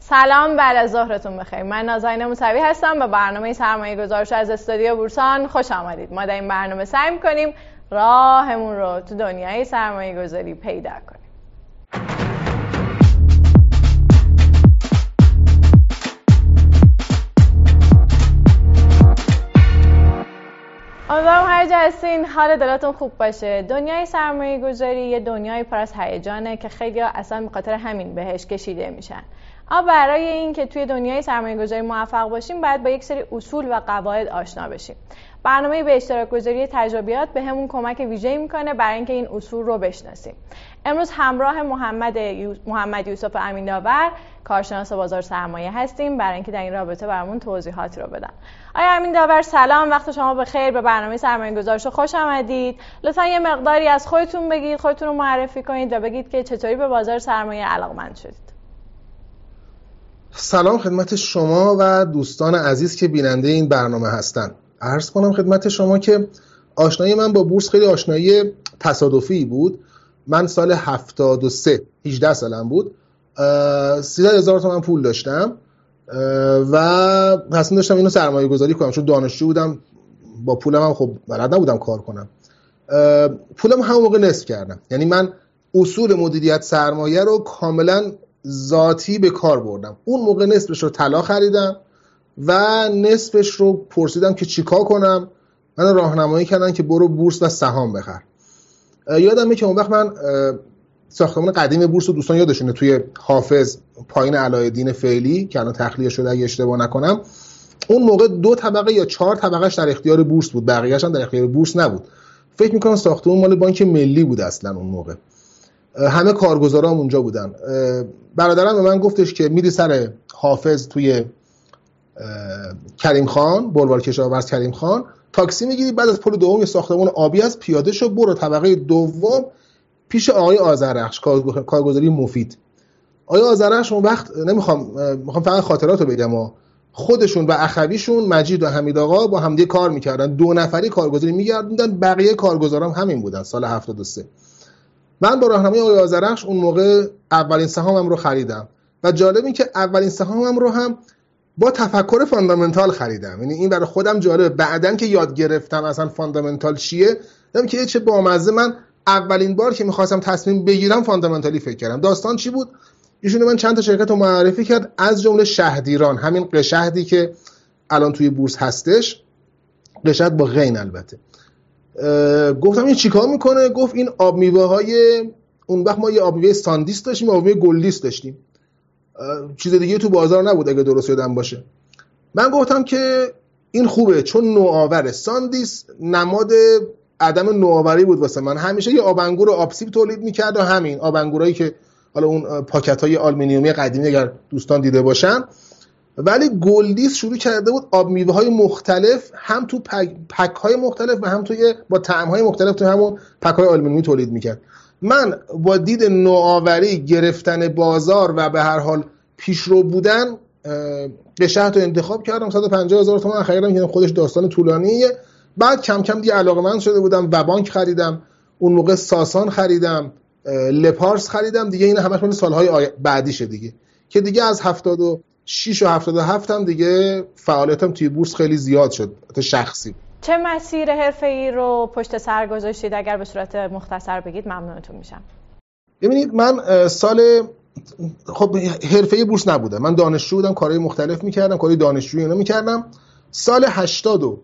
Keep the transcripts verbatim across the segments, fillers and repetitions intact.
سلام، بعد از ظهرتون بخیر. من نازنین موسوی هستم. به برنامه سرمایه گذارش از استودیو بورسان خوش آمدید. ما در این برنامه سعی می‌کنیم راهمون رو تو دنیای سرمایه گذاری پیدا کنیم. امیدوارم هر جا هستین حال دلتون خوب باشه. دنیای سرمایه گذاری یه دنیای پر از هیجانه که خیلی اصلا به خاطر همین بهش کشیده میشن. اما برای این که توی دنیای سرمایه گذاری موفق باشیم باید با یک سری اصول و قواعد آشنا بشیم. برنامه به اشتراک گذاری تجربیات به همون کمک ویژه‌ای میکنه برای اینکه این اصول رو بشناسیم. امروز همراه محمد یو... محمد یوسف امین‌داور، کارشناس بازار سرمایه هستیم برای اینکه در این رابطه برامون توضیحاتی رو بدن. آقای امین‌داور سلام، وقت شما بخیر. به برنامه سرمایه گذارش خوش آمدید. لطفاً یه مقداری از خودتون بگید، خودتون رو معرفی کنید و بگید که چطوری به بازار سرمایه علاقه‌مند شدید. سلام خدمت شما و دوستان عزیز که بیننده این برنامه هستن. عرض کنم خدمت شما که آشنایی من با بورس خیلی آشنایی تصادفی بود. من سال هفتاد و سه هجده سالم بود، سیزده هزار تومان پول داشتم و تصمیم داشتم اینو سرمایه گذاری کنم، چون دانشجو بودم. با پولم هم خب بلد نبودم کار کنم. پولم همون موقع نصف کردم، یعنی من اصول مدیریت سرمایه رو کاملا ذاتی به کار بردم. اون موقع نصفش رو طلا خریدم و نصفش رو پرسیدم که چیکار کنم. من راهنمایی کردن که برو بورس و سهام بخر. یادمه که اون وقت من ساختمان قدیم بورس رو، دوستان یادشونه، توی حافظ پایین علایالدین فعلی که الان تخلیه شده اگه اشتباه نکنم، اون موقع دو طبقه یا چهار طبقهش در اختیار بورس بود، بقیه‌اش هم در اختیار بورس نبود. فکر می‌کنم ساختمان مال بانک ملی بود اصلا اون موقع. همه کارگزارا هم اونجا بودن. برادرم به من گفتش که میری سر حافظ توی کریم خان، بلوار کشاورز کریم خان، تاکسی میگیری، بعد از پل دوم یه ساختمان آبی از پیاده شو برو طبقه دوم پیش آقای آذرخش، کارگزاری مفید. آقای آذرخش اون وقت نمیخوام میخوام فقط خاطراتو بگم، ها خودشون و اخویشون مجید و حمید آقا با همدیگه کار میکردن، دو نفری کارگزاری میگردوندن، بقیه کارگزارام هم همین بودن. سال هفتاد و سه من با راهنمایی آقای آذرخش اون موقع اولین سهامم رو خریدم و جالب این که اولین سهامم رو هم با تفکر فاندامنتال خریدم. یعنی این برای خودم جالبه، بعدن که یاد گرفتم اصلا فاندامنتال چیه، دیدم که چه بامزه. من اولین بار که می‌خواستم تصمیم بگیرم فاندامنتالی فکر کردم. داستان چی بود؟ ایشون من چند تا شرکت رو معرفی کرد، از جمله شهدیران، همین قشهدی که الان توی بورس هستش، قشهد با غین البته. گفتم این چیکار میکنه؟ گفت این آب میوه های، اون وقت ما یه آب میوه ساندیس داشتیم، آب میوه گلدیس داشتیم، چیز دیگه تو بازار نبود اگه درست یادم باشه. من گفتم که این خوبه چون نوآوره. ساندیس نماد عدم نوآوری بود واسه من. همیشه یه آب انگور و آب سیب تولید میکرد و همین آب انگورایی که حالا اون پاکت‌های آلومینیومی قدیمی اگر دوستان دیده باشن. ولی گلدیس شروع کرده بود آب میوه های مختلف، هم تو پک, پک های مختلف و هم توی با طعم های مختلف تو همون پک های آلومینیومی تولید میکرد. من با دید نوآوری، گرفتن بازار و به هر حال پیشرو بودن، قشهد رو انتخاب کردم. صد و پنجاه هزار تومان خریدم که خودش داستان طولانیه. بعد کم کم دیگه علاقه‌مند شده بودم و بانک خریدم. اون موقع ساسان خریدم، لپارس خریدم دیگه. این همش مال سالهای بعدیشه دیگه، که دیگه از هفتاد و شش و هفتاد و هفت هم دیگه فعالیتم توی بورس خیلی زیاد شد، تا شخصی. چه مسیر حرفه‌ای رو پشت سر گذاشتید؟ اگر به صورت مختصر بگید ممنونتون میشم. ببینید من سال خب حرفه‌ای بورس نبودم، من دانشجو بودم، کارهای مختلف میکردم، کارهای دانشجویی اینا میکردم. سال هشتاد و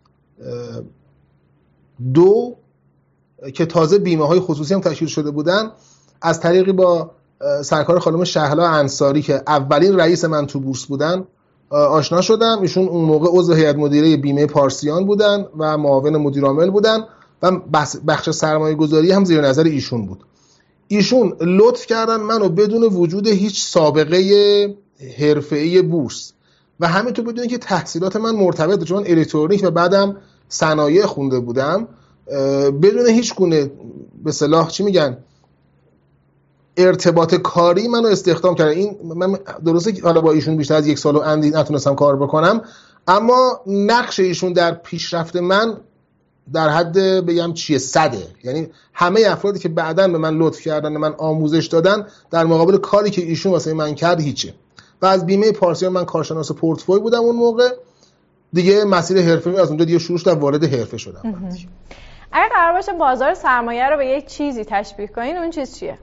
دو که تازه بیمه های خصوصی هم تشکیل شده بودن، از طریقی با سرکار خانم شهلا انصاری که اولین رئیس من تو بورس بودن آشنا شدم. ایشون اون موقع عضو هیئت مدیره بیمه پارسیان بودن و معاون مدیر عامل بودن و بخش سرمایه گذاری هم زیر نظر ایشون بود. ایشون لطف کردن منو بدون وجود هیچ سابقه حرفه‌ای بورس و همینطور بدون که تحصیلات من مرتبط، چون الکترونیک و بعدم صنایع خونده بودم، بدون هیچ گونه به اصطلاح چی میگن ارتباط کاری منو استخدام کردن. این من درسته که حالا با ایشون بیشتر از یک سال و اندی نتونستم کار بکنم، اما نقش ایشون در پیشرفت من در حد بگم چیه صده. یعنی همه افرادی که بعداً به من لطف کردن، من آموزش دادن، در مقابل کاری که ایشون واسه من کرد هیچه. و از بیمه پارسیان من کارشناس پورتفوی بودم اون موقع دیگه. مسیر حرفه‌ای از اونجا دیگه شروع شد، وارد حرفه شدم. اگه قرار باشه بازار سرمایه رو به یک چیزی تشبیه کنین، اون چیز چیه؟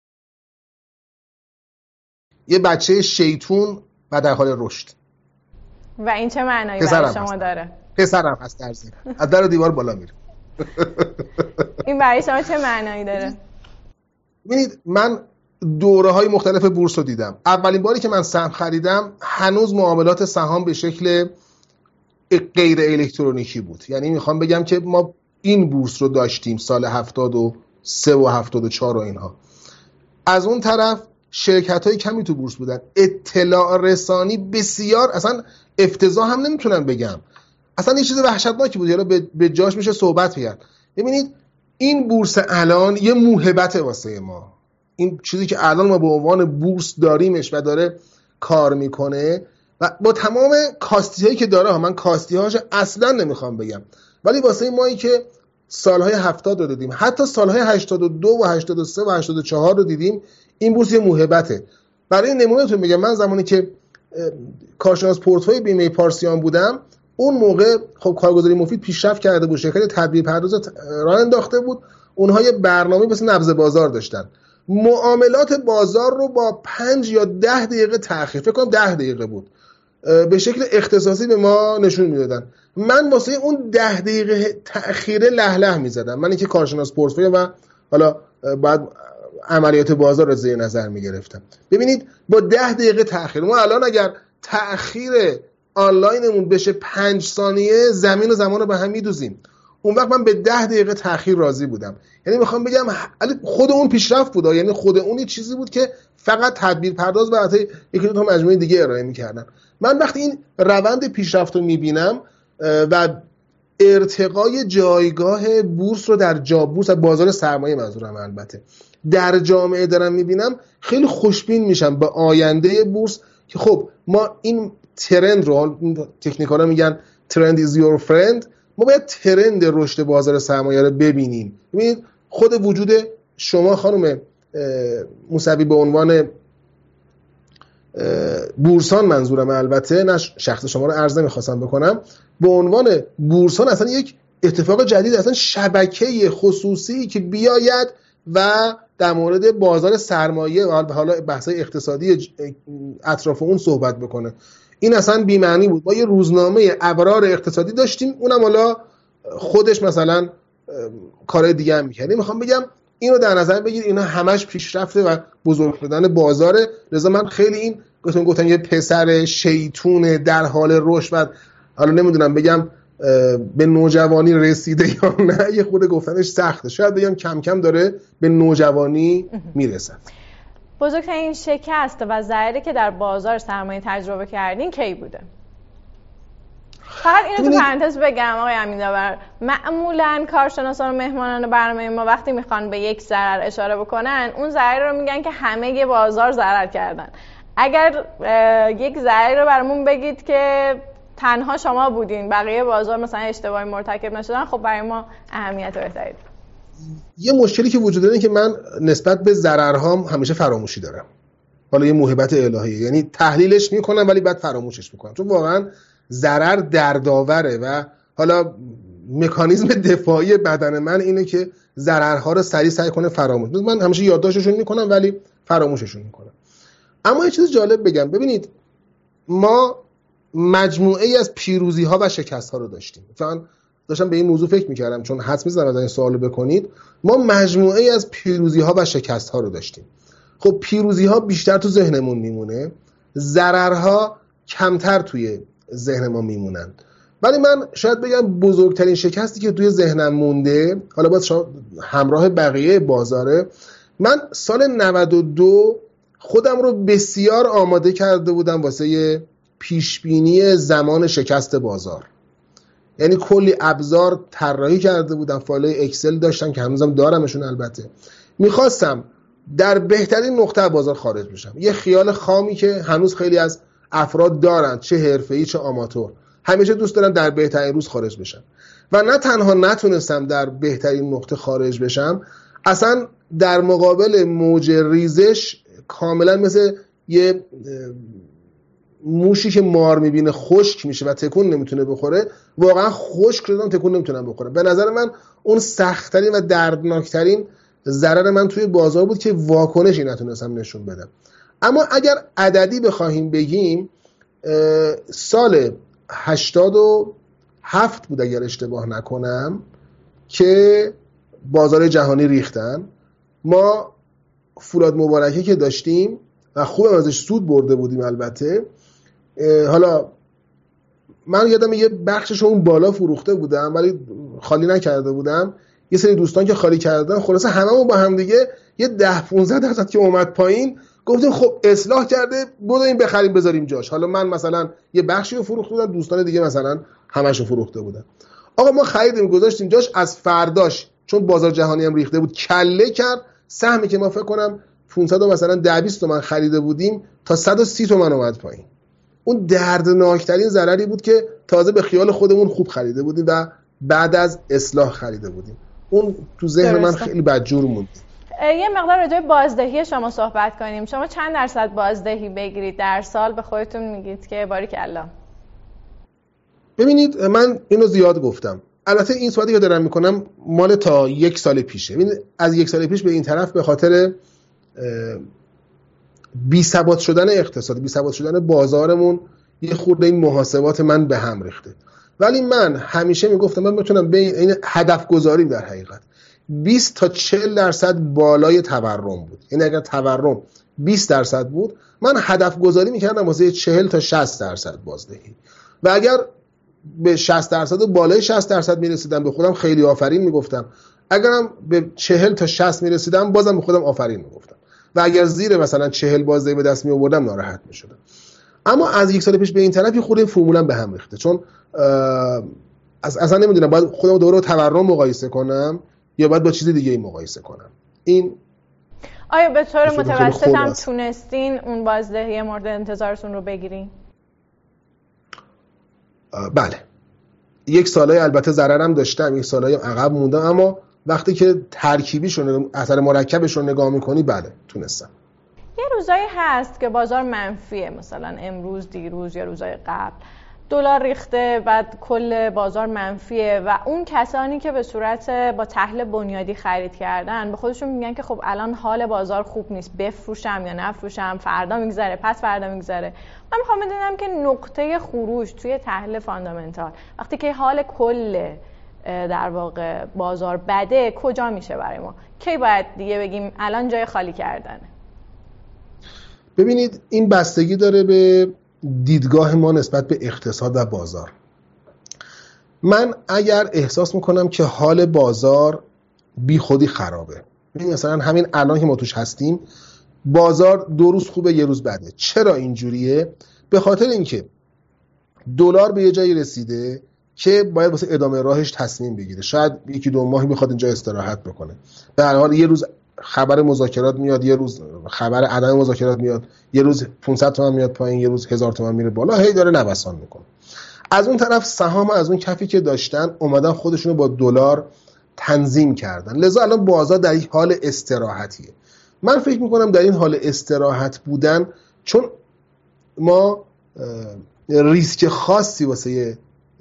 یه بچه شیطون و در حال رشد. و این چه معنایی برای شما هستن. داره؟ پسرم هست درزی از در و دیوار بالا میره. این برای شما چه معنایی داره؟ ببینید من دوره های مختلف بورس رو دیدم. اولین باری که من سهم خریدم هنوز معاملات سهام به شکل غیر الکترونیکی بود. یعنی میخوام بگم که ما این بورس رو داشتیم سال هفتاد و سه و هفتاد و چهار و اینها. از اون طرف شرکت های کمی تو بورس بودن، اطلاع رسانی بسیار، اصلا افتضاح هم نمیتونم بگم، اصلا یه چیز وحشتناکی بود. یعنی به جاش میشه صحبت کرد. ببینید این بورس الان یه موهبت واسه ما، این چیزی که الان ما به عنوان بورس داریمش و داره کار میکنه و با تمام کاستی هایی که داره، من کاستی هاش اصلا نمیخوام بگم، ولی واسه مایی که سالهای هفتاد رو دیدیم، حتی سالهای هشتاد و دو و هشتاد و سه و هشتاد و چهار رو دیدیم، این بورس یه موهبته. برای نمونهتون میگم، من زمانی که کارشناس پورتفوی بیمه پارسیان بودم، اون موقع خب کارگزاری مفید پیشرفت کرده بود، شرکت تدبیر پرداز راه انداخته بود، اونها یه برنامه مثل نبض بازار داشتن، معاملات بازار رو با پنج یا ده دقیقه تأخیر، فکر کنم ده دقیقه بود، به شکل اختصاصی به ما نشون میدادن. من واسه اون ده دقیقه تأخیر له له میزدم، من اینکه کارشناس پورتفوی و حالا بعد عملیات بازار رو زیر نظر میگرفتم. ببینید با ده دقیقه تأخیر، ما الان اگر تأخیر آنلاینمون بشه پنج ثانیه، زمین و زمان رو به هم میدوزیم. اون وقت من به ده دقیقه تأخیر راضی بودم. یعنی میخوام بگم خود اون پیشرفت بود، یعنی خود اون چیزی بود که فقط تدبیر پرداز و حتی یکی دو تا مجموعه دیگه ارائه میکردن. من وقتی این روند پیشرفت رو میبینم و ارتقای جایگاه بورس رو در جا بورس، بازار سرمایه منظورم البته، در جامعه دارم میبینم، خیلی خوشبین میشم به آینده بورس که خب ما این ترند رو، تکنیکالا میگن ترند is your friend، ما باید ترند رشد بازار سرمایه رو ببینیم. ببینید خود وجود شما خانم موسوی به عنوان بورسان، منظورم البته نه شخص شما رو عرض نمیخواستم بکنم، به عنوان بورسان اصلا یک اتفاق جدید، اصلا شبکه خصوصی که بیاید و در مورد بازار سرمایه و حالا بحث‌های اقتصادی اطراف اون صحبت بکنه، این اصلا بی‌معنی بود. ما یه روزنامه ابرار اقتصادی داشتیم، اونم حالا خودش مثلا کارهای دیگه هم می‌کرد. میخوام بگم اینو در نظر بگیر، اینا همش پیشرفته و بزرگ شدن بازاره. لذا من خیلی این گفتم گفتم یه پسر شیطون در حال رشد و حالا نمیدونم بگم به نوجوانی رسیده یا نه، یه خود گفتنش سخته، شاید بگم کم کم داره به نوجوانی میرسه. بزرگترین شکست و ضرری که در بازار سرمایه تجربه کردین کی بوده؟ فقط اینو تو پرانتز بگم آقای امینداور، معمولاً کارشناسان و مهمانان برنامه ما وقتی میخوان به یک ضرر اشاره بکنن، اون ضرر رو میگن که همه بازار ضرر کردن. اگر یک ضرری رو برامون بگید که تنها شما بودین، بقیه بازار مثلا اشتباهی مرتکب نشدن، خب برای ما اهمیت بهتری. یه مشکلی که وجود داره که من نسبت به ضررهام همیشه فراموشی دارم. حالا یه موهبت الهیه، یعنی تحلیلش میکنم ولی بعد فراموشش میکنم، چون واقعا ضرر دردآوره و حالا مکانیزم دفاعی بدن من اینه که ضررها رو سریع سعی کنه فراموش. من همیشه یادداشتشون میکنم ولی فراموششون میکنم. اما یه چیز جالب بگم، ببینید ما مجموعه ای از پیروزی ها و شکست ها رو داشتیم. مثلا داشتم به این موضوع فکر میکردم چون حدس میزنم از این سوالو بکنید. ما مجموعه ای از پیروزی ها و شکست ها رو داشتیم. خب پیروزی ها بیشتر تو ذهنمون میمونه، ضررها کمتر توی ذهن ما میمونن. ولی من شاید بگم بزرگترین شکستی که توی ذهنم مونده، حالا باز همراه بقیه بازاره، من سال نود و دو خودم رو بسیار آماده کرده بودم واسه پیشبینی زمان شکست بازار. یعنی کلی ابزار طراحی کرده بودم، فایل‌های اکسل داشتم که هنوزم دارمشون. البته میخواستم در بهترین نقطه بازار خارج بشم. یه خیال خامی که هنوز خیلی از افراد دارن، چه حرفه‌ای چه آماتور، همیشه دوست دارن در بهترین روز خارج بشن و نه تنها نتونستم در بهترین نقطه خارج بشم، اصلا در مقابل موج ریزش کاملا مثل یه موشی که مار میبینه خشک میشه و تکون نمیتونه بخوره، واقعا خشک شدن تکون نمیتونن بخوره. به نظر من اون سخت‌ترین و دردناکترین ضرر من توی بازار بود که واکنشی نتونستم نشون بدم. اما اگر عددی بخواهیم بگیم، سال هشتاد و هفت بود اگر اشتباه نکنم که بازار جهانی ریختن. ما فولاد مبارکه که داشتیم و خوب ازش سود برده بودیم، البته حالا من یادم یه بخشش اون بالا فروخته بودم ولی خالی نکرده بودم، یه سری دوستان که خالی کردن، خلاصه هممون با هم دیگه یه ده پانزده درصد که اومد پایین گفتیم خب اصلاح کرده بریم بخریم بذاریم جاش. حالا من مثلا یه بخشی رو فروخته بودم، دوستان دیگه مثلا همش رو فروخته بودن. آقا ما خریدیم گذاشتیم جاش، از فرداش چون بازار جهانی هم ریخته بود کله کرد، سهمی که ما فکر کنم پانصد مثلا ده بیست تومن خریده بودیم تا صد و سی تومن اومد پایین. اون دردناکترین ضرری بود که تازه به خیال خودمون خوب خریده بودیم و بعد از اصلاح خریده بودیم. اون تو ذهن من خیلی بدجور موند. یه مقدار راجع به بازدهی شما صحبت کنیم. شما چند درصد بازدهی بگیرید در سال به خودتون میگید که باریکالله؟ ببینید من اینو زیاد گفتم، البته این صحبتی که دارم میکنم مال تا یک سال پیشه. ببینید از یک سال پیش به این طرف به خاطر بی ثبات شدن اقتصاد، بی ثبات شدن بازارمون، یه خورده این محاسبات من به هم ریخته. ولی من همیشه میگفتم من بتونم به این هدف گذاری در حقیقت بیست تا چهل درصد بالای تورم بود. یعنی اگر تورم بیست درصد بود من هدف گذاری میکردم واسه چهل تا شصت درصد بازدهی، و اگر به شصت درصد و بالای شصت درصد میرسیدم به خودم خیلی آفرین میگفتم، اگرم به چهل تا شصت میرسیدم بازم به خودم آفرین میگفتم، و اگر زیر مثلا چهل بازدهی به دست می آوردم ناراحت میشدم. اما از یک سال پیش به این طرف یه خورده فرمولم به هم ریخته، چون از اصلا نمیدونم باید خودم دوباره با تورم مقایسه کنم یا باید با چیز دیگه ای مقایسه کنم. این آیا به طور متوسط هم تونستین اون بازدهی مورد انتظارتون رو بگیرین؟ بله، یک سالای البته ضررم داشتم، یک سالای عقب موندم، اما وقتی که ترکیبیشون اثر مرکبش رو نگاه میکنی بله تونستم. یه روزایی هست که بازار منفیه، مثلا امروز، دیروز یا روزای قبل دلار ریخته بعد کل بازار منفیه و اون کسانی که به صورت با تحلیل بنیادی خرید کردن به خودشون میگن که خب الان حال بازار خوب نیست، بفروشم یا نفروشم، فردا میگذره، پس فردا میگذره. من میخوام بدونم که نقطه خروج توی تحلیل فاندامنتال وقتی که حال کل در واقع بازار بده کجا میشه برای ما؟ کی باید دیگه بگیم الان جای خالی کردنه؟ ببینید این بستگی داره به دیدگاه ما نسبت به اقتصاد و بازار. من اگر احساس میکنم که حال بازار بی خودی خرابه، ببین مثلا همین الان که ما توش هستیم بازار دو روز خوبه یه روز بده. چرا اینجوریه؟ به خاطر اینکه دلار به یه جایی رسیده که باید واسه ادامه راهش تصمیم بگیره، شاید یکی دو ماهی میخواد اینجا استراحت بکنه، به هر حال یه روز خبر مذاکرات میاد، یه روز خبر عدم مذاکرات میاد، یه روز پانصد تومن میاد پایین، یه روز هزار تومن میره بالا، هی داره نوسان میکنه. از اون طرف سهام از اون کفی که داشتن اومدن خودشونو با دلار تنظیم کردن، لذا الان بازار در این حال استراحتیه. من فکر میکنم در این حال استراحت بودن، چون ما ریسک خاصی واسه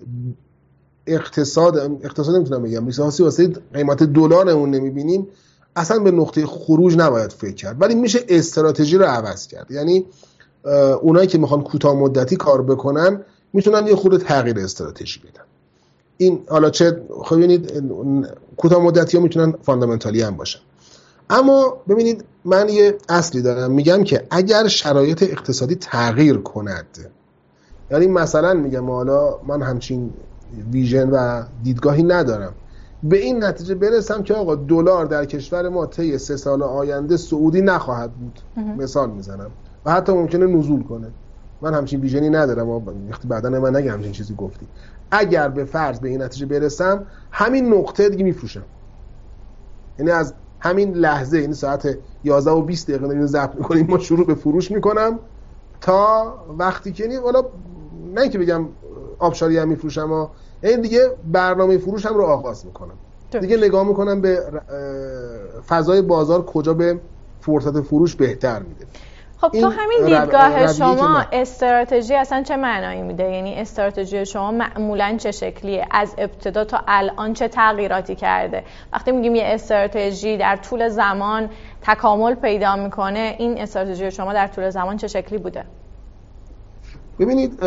اقتصاد اقتصاد نمیتونم بگم ریسک خاصی واسه قیمت دلارمون نمیبینیم، اصلا به نقطه خروج نباید فکر کرد، ولی میشه استراتژی رو عوض کرد. یعنی اونایی که میخوان کوتاه مدتی کار بکنن میتونن یه خورده تغییر استراتژی بدن. این حالا چه خب ببینید کوتاه مدتی ها میتونن فاندامنتالی هم باشن. اما ببینید من یه اصلی دارم میگم که اگر شرایط اقتصادی تغییر کند، یعنی مثلا میگم حالا من همچین ویژن و دیدگاهی ندارم، به این نتیجه برسم که آقا دلار در کشور ما طی سه سال آینده صعودی نخواهد بود، مثال میزنم، و حتی ممکنه نزول کنه، من همچین ویژنی ندارم، وقتی بعدن من نگه همچین چیزی گفتی، اگر به فرض به این نتیجه برسم همین نقطه دیگه میفروشم. یعنی از همین لحظه، یعنی ساعت یازده و بیست دقیقه اینو ضبط میکنیم ما شروع به فروش میکنم تا وقتی که یعنی والا نه اینکه بگم آبشاری هم میفروشم ها، این دیگه برنامه فروش هم رو آغاز میکنم دیگه، نگاه میکنم به فضای بازار کجا به فرصت فروش بهتر میده. خب تو همین دیدگاه شما استراتژی اصلا چه معنایی میده؟ یعنی استراتژی شما معمولاً چه شکلیه؟ از ابتدا تا الان چه تغییراتی کرده؟ وقتی میگیم یه استراتژی در طول زمان تکامل پیدا میکنه، این استراتژی شما در طول زمان چه شکلی بوده؟ ببینید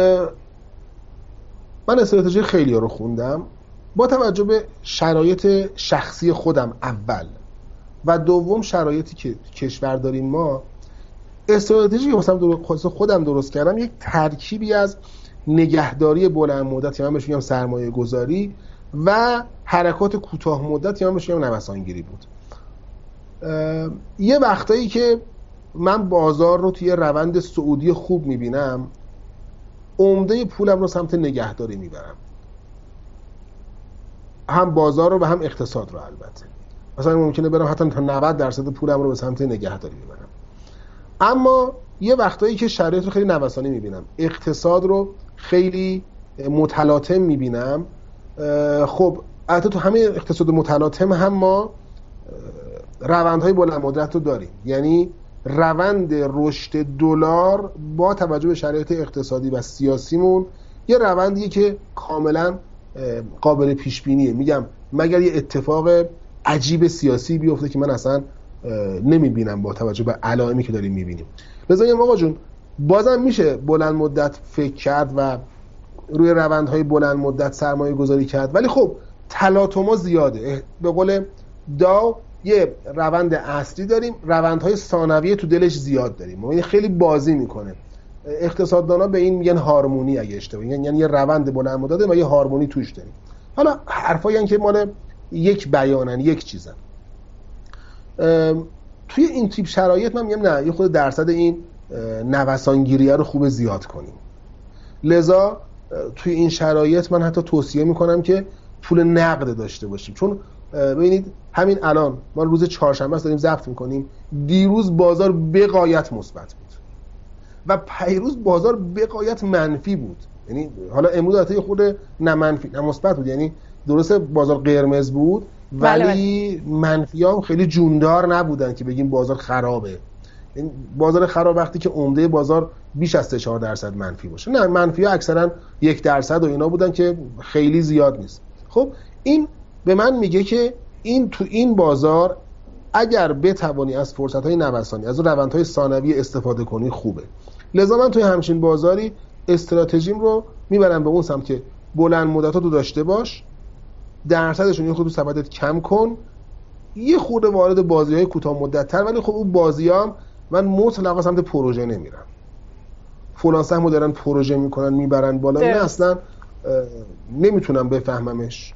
من استراتژی خیلی رو خوندم با توجه به شرایط شخصی خودم اول و دوم شرایطی که کشور داریم ما. استراتژی مثلا خودم درست کردم یک ترکیبی از نگهداری بلند مدت یا من بهش میگم سرمایه گذاری و حرکات کوتاه مدت یا من بهش میگم نوسانگیری بود. یه وقتایی که من بازار رو توی روند صعودی خوب میبینم، عمده پولم رو سمت نگهداری میبرم، هم بازار رو و هم اقتصاد رو. البته مثلا ممکنه برم حتی تا نود درصد پولم رو به سمت نگهداری ببرم. اما یه وقتایی که شرایط رو خیلی نوسانی میبینم، اقتصاد رو خیلی متلاطم میبینم. خب البته تو همین اقتصاد متلاطم هم ما روندهای بلند مدت رو داریم، یعنی روند رشد دلار با توجه به شرایط اقتصادی و سیاسیمون یه روندیه که کاملا قابل پیش بینیه. میگم مگر یه اتفاق عجیب سیاسی بیفته که من اصلا نمیبینم با توجه به علائمی که داریم میبینیم. لذا میگم آقا جون بازم میشه بلند مدت فکر کرد و روی روندهای بلند مدت سرمایه گذاری کرد، ولی خب تلاطم‌ها زیاده. به قول داو یه روند اصلی داریم، روندهای ثانویه تو دلش زیاد داریم، یعنی خیلی بازی میکنه. اقتصاددانا به این میگن هارمونی اگه اشتباه، یعنی یه روند بلند مدت و یه هارمونی توش داریم. حالا حرفایی هستن که مال یک بیانن، یک چیزن. توی این تیپ شرایط من میگم نه، یه خود درصد این نوسانگیریه رو خوب زیاد کنیم. لذا توی این شرایط من حتی توصیه میکنم که پول نقد داشته باشیم، چون ببینید همین الان ما روز چهارشنبه است داریم ضبط میکنیم، دیروز بازار بغایت مثبت بود و پیروز بازار بغایت منفی بود. یعنی حالا امروز البته یه خورده نه منفی نه مثبت بود، یعنی درسته بازار قرمز بود ولی منفی ها خیلی جوندار نبودن که بگیم بازار خرابه. این بازار خراب وقتی که عمده بازار بیش از سه چهار درصد منفی باشه. نه، منفی ها اکثرا یک درصد و اینا بودن که خیلی زیاد نیست. خب این به من میگه که این تو این بازار اگر بتوانی از فرصت‌های نوسانی، از روندهای ثانوی استفاده کنی خوبه. لذا من توی همچین بازاری استراتژیم رو میبرم به اون سمت که بلند مدت‌ها رو داشته باش، درصدشون یه خود سبدت کم کن، یه خورده وارد بازی‌های کوتاه مدت‌تر، ولی خب اون بازیام من مطلقا سمت پروژه نمیرم. فلان سهمو دارن پروژه میکنن میبرن بالا، نه اصلا نمیتونم بفهممش،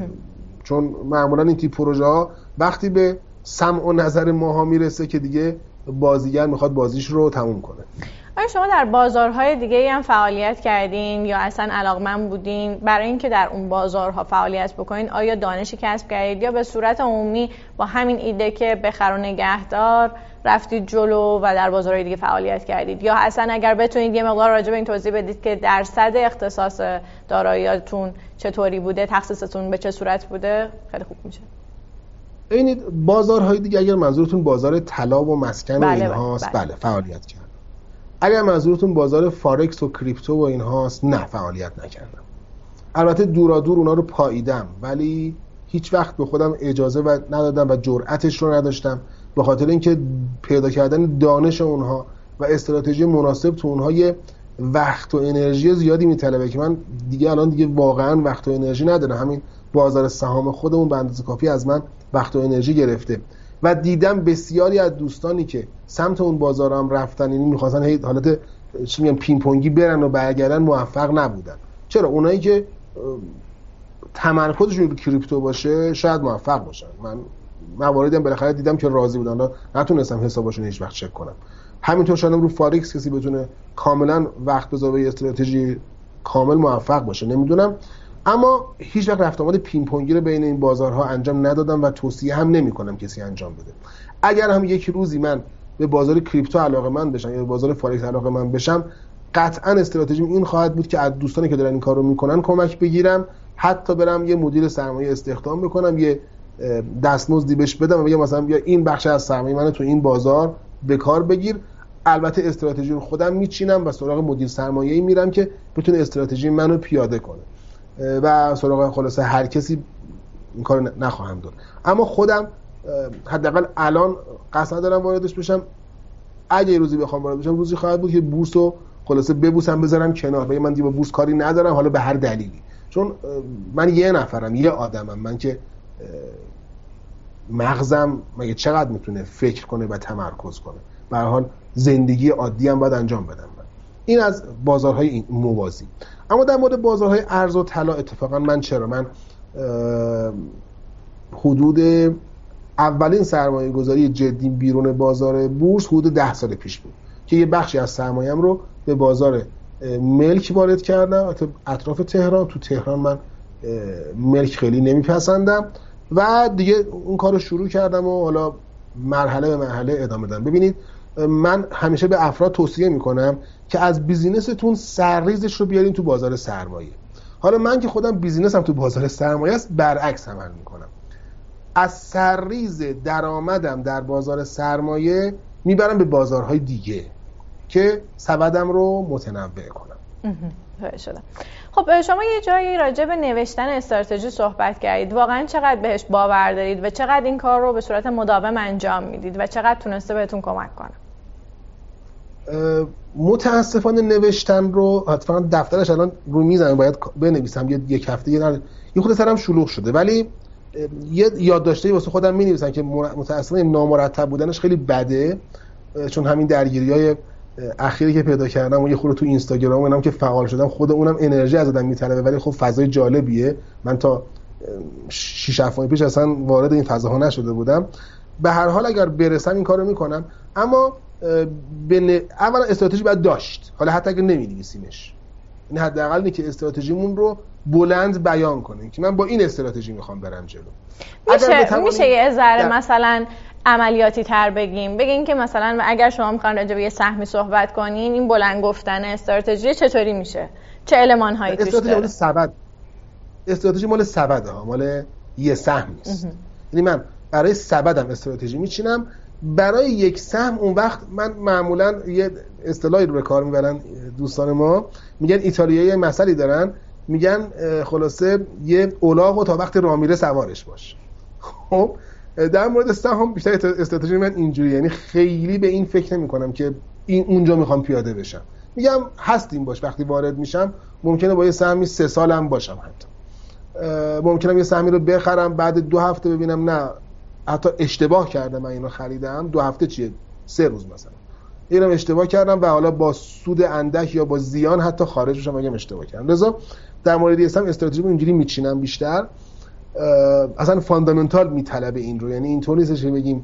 چون معمولا این تیپ پروژه ها وقتی به سمع و نظر ماها میرسه که دیگه بازیگر میخواد بازیش رو تموم کنه. آیا شما در بازارهای دیگه هم فعالیت کردین یا اصلا علاقمند بودین برای اینکه در اون بازارها فعالیت بکنین؟ آیا دانشی کسب کردید یا به صورت عمومی با همین ایده که بخر و نگهدار رفتید جلو و در بازارهای دیگه فعالیت کردید؟ یا اصلا اگر بتونید یه مقدار راجع به این توضیح بدید که درصد اختصاص داراییاتون چطوری بوده، تخصیصتون به چه صورت بوده، خیلی خوب میشه. ببینید بازارهای دیگه اگر منظورتون بازار طلا و مسکن بله و اینهاست بله. بله فعالیت کردم. اگر منظورتون بازار فارکس و کریپتو و اینهاست نه فعالیت نکردم. البته دورا دور اونا رو پاییدم ولی هیچ وقت به خودم اجازه و ندادم و جرأتش رو نداشتم، به خاطر اینکه پیدا کردن دانش اونها و استراتژی مناسب تو اونها یه وقت و انرژی زیادی میطلبه که من دیگه الان دیگه واقعا وقت و انرژی ندارم. همین بازار سهام خودمون به اندازه کافی از من وقت و انرژی گرفته و دیدم بسیاری از دوستانی که سمت اون بازار هم رفتن، یعنی می‌خواستن هی حالت چی میگن پینگ پونگی برن و برگردن، موفق نبودن. چرا؟ اونایی که تمرکزشون رو کریپتو باشه شاید موفق باشن. من مواردی هم بالاخره دیدم که راضی بودن، حالا نتونستم حسابشون هیچ وقت چک کنم. همینطور شاید رو فارکس کسی بتونه کاملا وقت بذاره به استراتژی کامل موفق باشه، نمیدونم. اما هیچ وقت رفت آمد پینگ پونگی رو بین این بازارها انجام ندادم و توصیه هم نمی‌کنم کسی انجام بده. اگر هم یک روزی من به بازار کریپتو علاقه‌مند بشم یا به بازار فارکس علاقه‌مند بشم، قطعاً استراتژیم این خواهد بود که از دوستانی که دارن این کارو میکنن کمک بگیرم، حتی برم یه مدیر سرمایه استخدام بکنم، یه دستمزدی بهش بدم و بگم مثلا بیا این بخش از سرمایه منو تو این بازار به کار بگیر. البته استراتژی رو خودم میچینم و سراغ مدیر سرمایه‌ای میرم که بتونه استراتژی منو پیاده کنه و سراغ خلاصه هر کسی این کارو نخواهم داد. اما خودم حداقل الان قصد ندارم واردش بشم. اگه یه روزی بخوام وارد بشم، روزی خواهد بود که بورس رو خلاصه ببوسم بذارم کنار. بگم من دیگه با بورس کاری ندارم، حالا به هر دلیلی. چون من یه نفرم، یه آدمم. من که مغزم مگه چقدر میتونه فکر کنه و تمرکز کنه؟ به هر حال زندگی عادی هم باید انجام بدم من. این از بازارهای موازی. اما در مورد بازارهای ارز و طلا اتفاقا من چرا من حدود اولین سرمایه گذاری جدی بیرون بازار بورس حدود ده سال پیش بود که یه بخشی از سرمایه‌ام رو به بازار ملک وارد کردم. اطراف تهران، تو تهران من ملک خیلی نمیپسندم و دیگه اون کار رو شروع کردم و حالا مرحله به مرحله ادامه دادم. ببینید من همیشه به افراد توصیه میکنم که از بیزینستون سرریزش رو بیارین تو بازار سرمایه. حالا من که خودم بیزینسم تو بازار سرمایه است، برعکس عمل میکنم. از سرریز درآمدم در بازار سرمایه میبرم به بازارهای دیگه که سبدم رو متنوع کنم. شدم. خب شما یه جایی راجع به نوشتن استراتژی صحبت کردید. واقعا چقدر بهش باور دارید و چقدر این کار رو به صورت مداوم انجام میدید و چقدر تونسته بهتون کمک کنه؟ متاسفانه نوشتن رو حتما دفترش الان رو میزنم باید بنویسم. یه یک هفته یه یه خود سرم شلوغ شده، ولی یه یادداشتی واسه خودم مینویسم که متاسفانه نامرتب بودنش خیلی بده، چون همین درگیری‌های اخیری که پیدا کردم و یه خورده تو اینستاگرام اونم که فعال شدم، خود اونم انرژی از آدم میطلبه، ولی خب فضای جالبیه. من تا شش هفته پیش اصلا وارد این فضاها نشده بودم. به هر حال اگر برسم این کارو میکنم. اما بن... اولا استراتژی باید داشت، حالا حتی اگر نمی‌نویسیمش، این حداقل اینه که استراتژیمون رو بلند بیان کنیم که من با این استراتژی میخوام برم جلو. میشه بتوانیم... میشه یه ذره مثلا عملیاتی تر بگیم بگین که مثلا اگر شما میخواین راجع به یه سهمی صحبت کنین، این بلند گفتن استراتژی چطوری میشه؟ چه المان هایی توش داره؟ استراتژی مال سبد استراتژی مال سبده ها، مال یه سهم نیست. یعنی من برای سبدم استراتژی میچینم، برای یک سهم اون وقت من معمولا یه اصطلاحی رو به کار میبرن دوستان ما، میگن ایتالیایی مسئله دارن، میگن خلاصه یه الاغو تا وقت راه میره سوارش باش. خب در مورد سهم بیشتر استراتژی من اینجوری، یعنی خیلی به این فکر نمی کنم که این اونجا میخوام پیاده بشم. میگم هستیم باش، وقتی وارد میشم ممکنه با یه سهمی سه سالم باشم، حتی ممکنه یه سهمی رو بخرم بعد دو هفته ببینم نه حتی اشتباه کردم، من اینو خریدم دو هفته چیه سه روز مثلا اینم اشتباه کردم و حالا با سود اندک یا با زیان حتی خارج بشم اگه اشتباه کردم. لذا در مورد اسم استراتژی اینجوری میچینم بیشتر. اصلا فاندامنتال میطلبه این رو، یعنی اینطوری نیستش که بگیم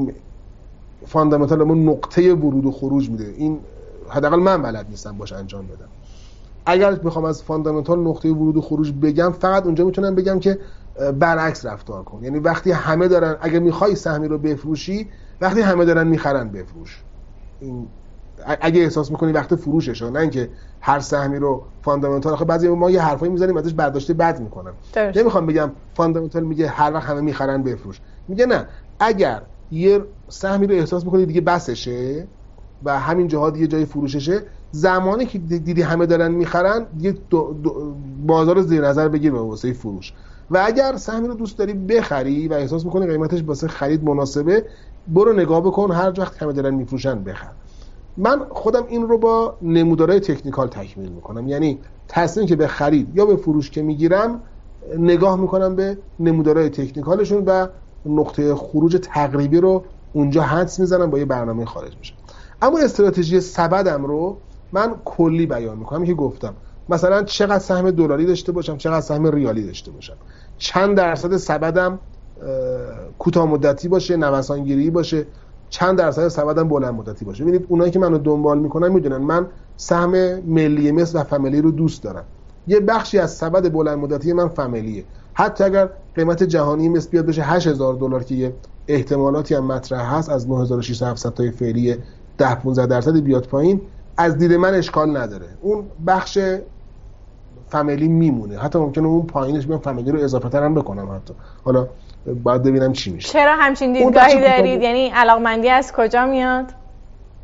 فاندامنتال اون نقطه ورود و خروج میده، این حداقل من بلد نیستم باش انجام بدم. اگر بخوام از فاندامنتال نقطه ورود و خروج بگم، فقط اونجا میتونم بگم که برعکس رفتار کن. یعنی وقتی همه دارن، اگه میخوای سهمی رو بفروشی، وقتی همه دارن میخرن بفروش. این اگه احساس میکنی وقت فروششه، نه اینکه هر سهمی رو فاندامنتال. آخه بعضی ما یه حرفایی میزنیم ازش برداشت بد میکنن. نمیخوام بگم فاندامنتال میگه هر وقت همه میخرن بفروش، میگه نه، اگر یه سهمی رو احساس میکنی دیگه بسشه و همین جاها دیگه جای فروششه، زمانی که دیدی همه دارن میخرن دیگه دو دو بازار رو زیر نظر بگیر به واسه فروش. و اگر سهمی رو دوست داری بخری و احساس میکنی قیمتش واسه خرید مناسبه، برو نگاه بکن، هر وقت همه دارن میفروشن بخر. من خودم این رو با نمودارهای تکنیکال تکمیل میکنم، یعنی تصمیم که به خرید یا به فروش که میگیرم نگاه میکنم به نمودارهای تکنیکالشون و نقطه خروج تقریبی رو اونجا حدس میزنم، با یه برنامه خارج میشم. اما استراتژی سبدم رو من کلی بیان میکنم که گفتم مثلا چقدر سهم دلاری داشته باشم، چقدر سهم ریالی داشته باشم، چند درصد سبدم کوتاه مدتی باشه، نوسانگیری باشه، چند درصد سبدم بلند مدتی باشه. ببینید اونایی که منو دنبال میکنن میدونن من سهم ملی مصر و فامیلی رو دوست دارم. یه بخشی از سبد بلند مدتی من فامیلیه، حتی اگر قیمت جهانی مصر بیاد بشه هشت هزار دلار که یه احتمالاتی هم مطرح هست، از نه هزار و ششصد هفتصد تا فعلی ده پانزده درصد بیاد پایین، از دید من اشکال نداره، اون بخش فامیلی میمونه. حتی ممکنه اون پایینش بیام فامیلی رو اضافه تر هم بکنم، حتی حالا باید ببینم چی میشه. چرا همچین دیدگاهی دارید؟ یعنی علاقمندی از کجا میاد؟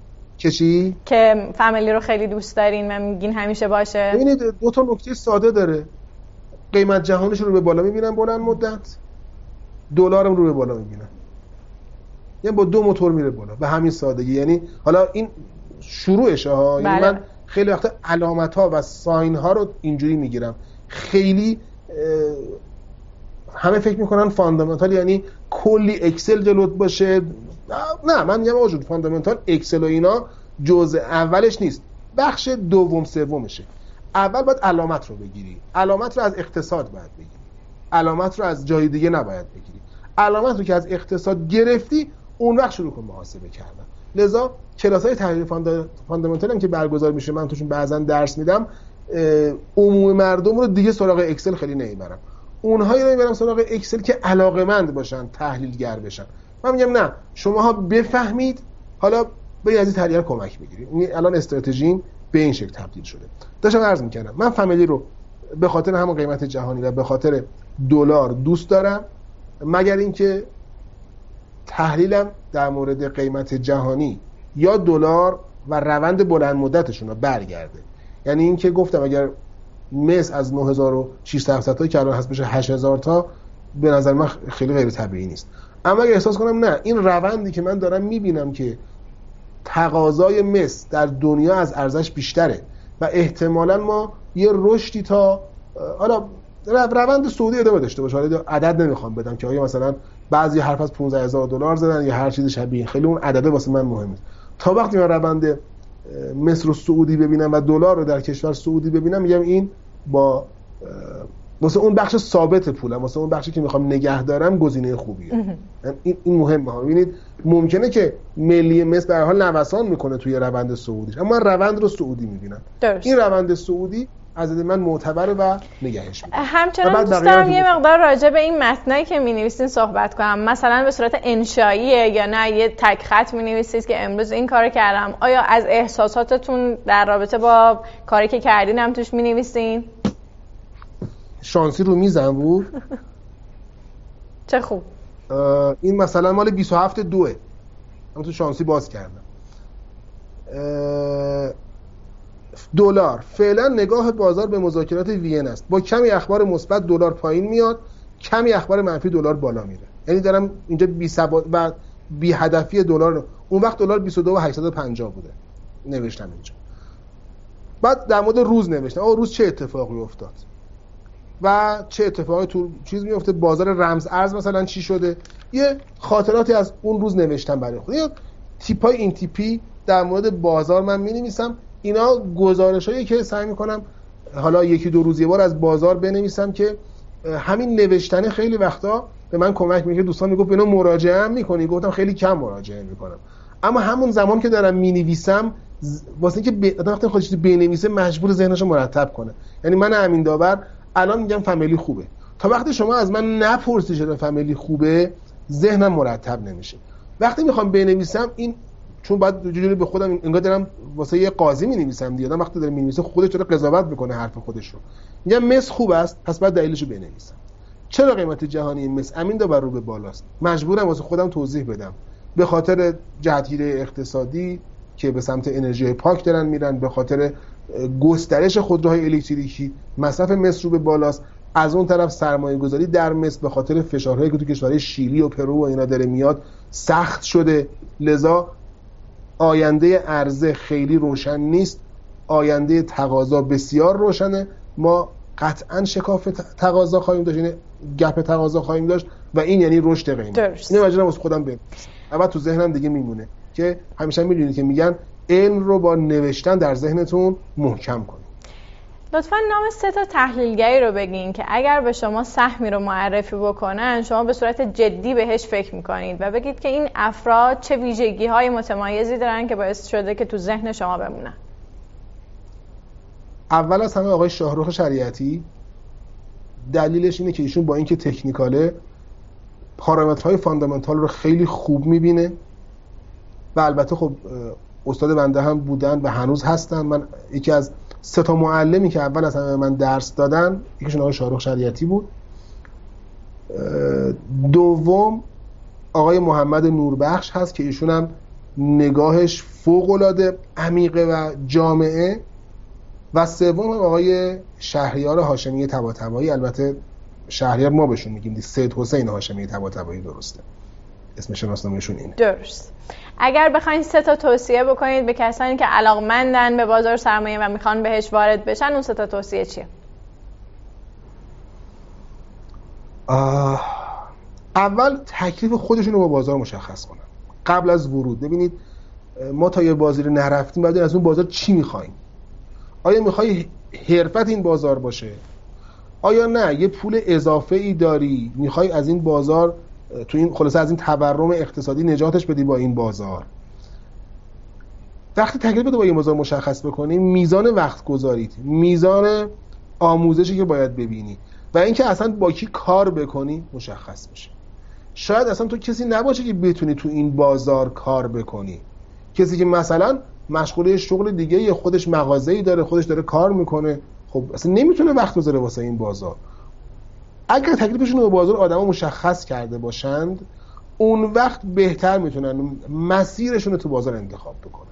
که چی؟ که فامیلی رو خیلی دوست دارین و میگین همیشه باشه. ببینید دو تا نکته ساده داره. قیمت جهانیش رو به بالا میبینن بلند مدت، دلارم رو به بالا میبینن، یعنی با دو موتور میره بالا به همین سادگی. یعنی حالا این شروعشه ها، یعنی من خیلی وقتا علامت ها و ساین ها رو اینجوری میگیرم. خیلی همه فکر میکنن فاندامنتال یعنی کلی اکسل جلوت باشه. نه، من میگم آجود فاندامنتال اکسل و اینا جزء اولش نیست، بخش دوم سومشه. اول باید علامت رو بگیری، علامت رو از اقتصاد باید بگیری، علامت رو از جای دیگه نباید بگیری. علامت رو که از اقتصاد گرفتی اون وقت شروع کن محاسبه کردن. لذا کلاس‌های تحلیل فاندامنتال هم که برگزار میشه، من توشون بعضا درس میدم، عموم مردم رو دیگه سراغ اکسل خیلی نمیبرم، اونهایی رو میبرم سراغ اکسل که علاقه‌مند باشن، تحلیلگر بشن. من میگم نه، شماها بفهمید، حالا به از این تحلیل کمک بگیرید. الان استراتژیم به این شکل تبدیل شده. داشتم عرض میکردم من فامیلی رو به خاطر همون قیمت جهانی و به خاطر دلار دوست دارم، مگر اینکه تحلیلم در مورد قیمت جهانی یا دلار و روند بلند مدتشون رو برگرده. یعنی اینکه گفتم اگر مس از نه هزار و ششصد تا که الان هست بشه هشت هزار تا، به نظر من خیلی غیر طبیعی نیست. اما اگر احساس کنم نه، این روندی که من دارم میبینم که تقاضای مس در دنیا از ارزش بیشتره و احتمالاً ما یه رشدی تا حالا روند سعودی ادامه داشته باشه، حالا عدد نمیخوام بدم که آیا مثلا بعضی حرف از پانزده هزار دلار زدن یا هر چیز شبیه، خیلی اون عدده واسه من مهمه. تا وقتی من روند مصر و سعودی ببینم و دلار رو در کشور سعودی ببینم، میگم این با واسه اون بخش ثابت پولم، واسه اون بخشی که میخوام نگه دارم گزینه خوبیه. این این مهمه ها. ببینید ممکنه که ملی مصر به هر حال نوسان میکنه توی روند سعودیش، اما من روند رو سعودی میبینم. این روند سعودی از دید من معتبره و نگهش میدارم. همچنان دوست دارم یه مقدار راجع به این متنایی که می‌نویسین صحبت کنم. مثلا به صورت انشائیه یا نه یه تک خط می‌نویسید که امروز این کارو کردم؟ آیا از احساساتتون در رابطه با کاری که کردین هم توش می‌نویسین؟ شانسی رو میزم بود. چه خوب. این مثلا مال بیست و هفت دوه، من تو شانسی باز کردم. دلار فعلا نگاه بازار به مذاکرات وین است، با کمی اخبار مثبت دلار پایین میاد، کمی اخبار منفی دلار بالا میره. یعنی دارم اینجا بی ثبات و بی هدفی دلار. اون وقت دلار بیست و دو و هشتصد و پنجاه بوده نوشتم اینجا. بعد در مورد روز نوشتم آقا روز چه اتفاقی افتاد و چه اتفاقی تو چیز میفته، بازار رمز ارز مثلا چی شده، یه خاطراتی از اون روز نوشتم برای خودم. یا تیپای این تیپی در مورد بازار من می‌نویسم. اینا گزارشایی که سعی میکنم حالا یکی دو روز یه بار از بازار بنویسم که همین نوشتن خیلی وقتا به من کمک میکنه. دوستان میگفت اینا مراجعه هم میکنی؟ گفتم خیلی کم مراجعه میکنم، اما همون زمان که دارم مینویسم واسه اینکه آدم وقتی خودش بنویسه مجبور ذهنشو مرتب کنه. یعنی من امین داور الان میگم فامیلی خوبه، تا وقتی شما از من نپرسی چرا فامیلی خوبه ذهنم مرتب نمیشه. وقتی میخوام بنویسم این چون بعد جوری به خودم انگار دارم واسه یه قاضی می‌نویسم دیگه، آدم وقتی داره می‌نویسه خودش داره قضاوت می‌کنه حرف خودش رو. میگم مس خوب است، پس بعد دلیلشو بنویسم. چرا قیمت جهانی مس امین داور رو به بالاست؟ مجبورم واسه خودم توضیح بدم. به خاطر جهتگیری اقتصادی که به سمت انرژی پاک دارن میرن، به خاطر گسترش خودروهای الکتریکی مصرف مس رو به بالاست. از اون طرف سرمایه‌گذاری در مس به خاطر فشارهایی که تو کشورهای شیلی و پرو و اینا داره میاد سخت شده. لذا آینده عرضه خیلی روشن نیست، آینده تقاضا بسیار روشنه. ما قطعا شکاف تقاضا خواهیم داشت، یعنی گپ تقاضا خواهیم داشت و این یعنی رشد قیمت. اینو مجبورم واسه خودم بنویسم. البته تو ذهنم دیگه میمونه که همیشه میدونید که میگن علم رو با نوشتن در ذهنتون محکم کنید. لطفاً نام سه تا تحلیلگری رو بگین که اگر به شما سهمی رو معرفی بکنن شما به صورت جدی بهش فکر میکنید و بگید که این افراد چه ویژگی‌های متمایزی دارن که باعث شده که تو ذهن شما بمونن. اول از همه آقای شاهرخ شریعتی. دلیلش اینه که ایشون با اینکه تکنیکاله پارامترهای فاندامنتال رو خیلی خوب میبینه و البته خب استاد بنده هم بودن و هنوز هستن. من یکی از سه تا معلمی که اول از همه من درس دادن یکیشون آقای شاهرخ شریعتی بود. دوم آقای محمد نوربخش هست که ایشون هم نگاهش فوق‌العاده عمیقه و جامعه. و سوم آقای شهریار هاشمی طباطبایی، البته شهریار ما بهشون میگیم، سید حسین هاشمی طباطبایی درسته، اسم شناسنامه‌شون اینه. درست. اگر بخواید سه تا توصیه بکنید به کسانی که علاقمندن به بازار سرمایه و میخوان بهش وارد بشن، اون سه تا توصیه چیه؟ اول تکلیف خودشون رو با بازار مشخص کنن قبل از ورود. ببینید ما تا یه بازی رو نرفتیم بعد از اون بازار چی میخوایم؟ آیا میخوای حرفت این بازار باشه؟ آیا نه یه پول اضافه ای داری میخوای از این بازار تو این خلاصه از این تورم اقتصادی نجاتش بدی با این بازار؟ وقتی تکلیف رو با این بازار مشخص بکنی، میزان وقت گذاریت، میزان آموزشی که باید ببینی و اینکه اصلا با کی کار بکنی مشخص میشه. شاید اصلا تو کسی نباشه که بتونی تو این بازار کار بکنی، کسی که مثلا مشغول شغل دیگه یه خودش مغازه‌ای داره، خودش داره کار میکنه، خب اصلا نمیتونه وقت بذاره واسه این بازار. اگر تکلیفشون رو به بازار آدما مشخص کرده باشند، اون وقت بهتر میتونن مسیرشون رو تو بازار انتخاب بکنن.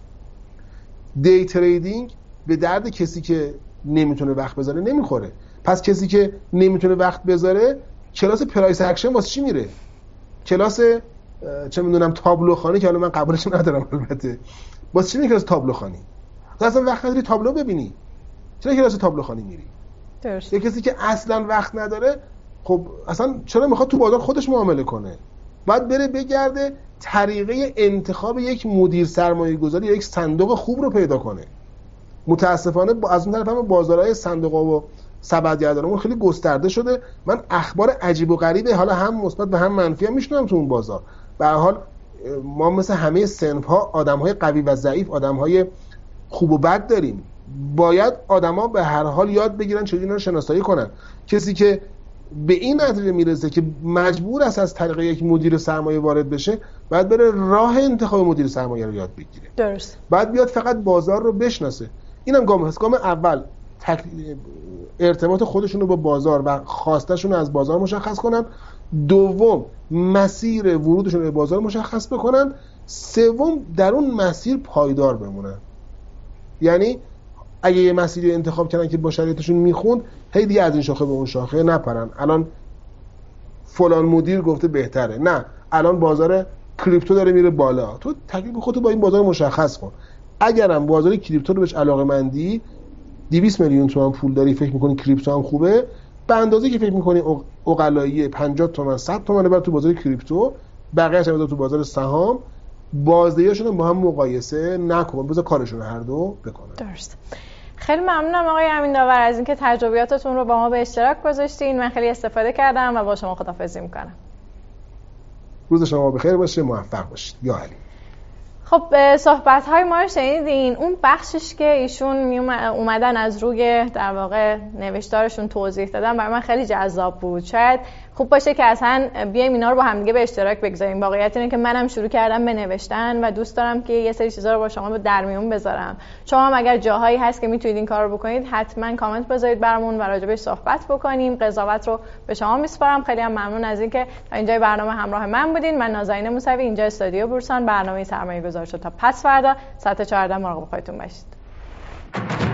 دی تریدینگ به درد کسی که نمیتونه وقت بذاره نمیخوره. پس کسی که نمیتونه وقت بذاره کلاس پرایس اکشن واسه چی میره؟ کلاس چه میدونم تابلو خانی که حالا من قبولش ندارم البته، واسه چی میره کلاس تابلو خانی؟ تو اصلا وقت نداری تابلو ببینی، چرا کلاس تابلو خانی میری؟ درست. یه کسی که اصلا وقت نداره خب اصلا چرا میخواد تو بازار خودش معامله کنه؟ باید بره بگرده طریقه انتخاب یک مدیر سرمایه گذاری یا یک صندوق خوب رو پیدا کنه. متاسفانه از اون طرف هم بازارهای صندوق‌ها و سبدگردانمون خیلی گسترده شده. من اخبار عجیب و غریبه حالا هم مثبت و هم منفی هم میشنوم تو اون بازار. به هر حال ما مثل همه صنف‌ها آدم‌های قوی و ضعیف، آدم‌های خوب و بد داریم. باید آدما به هر حال یاد بگیرن چجوری اینا رو شناسایی کنن. کسی که به این نتیجه میرسه که مجبور است از طریق یک مدیر سرمایه وارد بشه، باید بره راه انتخاب مدیر سرمایه رو یاد بگیره. درست. بعد بیاد فقط بازار رو بشناسه. اینم گام هست. گام اول تک... ارتباط خودشون رو با بازار و خواستشون رو از بازار مشخص کنن. دوم مسیر ورودشون رو به بازار مشخص بکنن. سوم در اون مسیر پایدار بمونن. یعنی اگه یه مسیری انتخاب کردن که با شرایطشون میخوند، هی دیگه از این شاخه به اون شاخه نپرن. الان فلان مدیر گفته بهتره، نه الان بازار کریپتو داره میره بالا، تو تکلیف خودت با این بازار مشخص کن. اگرم بازار کریپتو رو بهش علاقه‌مندی، دویست میلیون تومان پول داری، فکر میکنی کریپتو هم خوبه، به اندازه که فکر میکنی عقلایی پنجاه تومن صد تومن بر تو بازار کریپتو، بقیه‌اش هم تو بازار سهام، بازدهیشون با هم مقایسه نکن، بذار کارشون هر دو بکنن. درست. خیلی ممنونم آقای امین‌داور از اینکه تجربیاتتون رو با ما به اشتراک گذاشتین. من خیلی استفاده کردم و با شما خداحافظی میکنم. روز شما بخیر باشه، موفق باشید. یا علی. خب صحبت‌های ما رو شنیدین. اون بخشش که ایشون می اومدن از روی در واقع نوشتارشون توضیح دادن برای من خیلی جذاب بود. شاید خوب باشه که اصلا بیایم اینا رو با هم دیگه به اشتراک بگذاریم. واقعیت اینه که منم شروع کردم به نوشتن و دوست دارم که یه سری چیزا رو با شما در میون بذارم. شما هم اگر جاهایی هست که میتونید این کار رو بکنید، حتما کامنت بذارید برامون و راجع بهش صحبت بکنیم. قضاوت رو به شما میسپارم. خیلی هم ممنون از اینکه تا اینجای برنامه همراه من بودین. من نازنین موسوی، اینجا استودیو بورسان، برنامه سرمایه‌گذاری شد تا پس فردا ساعت چهارده مراقب خودتون باشید.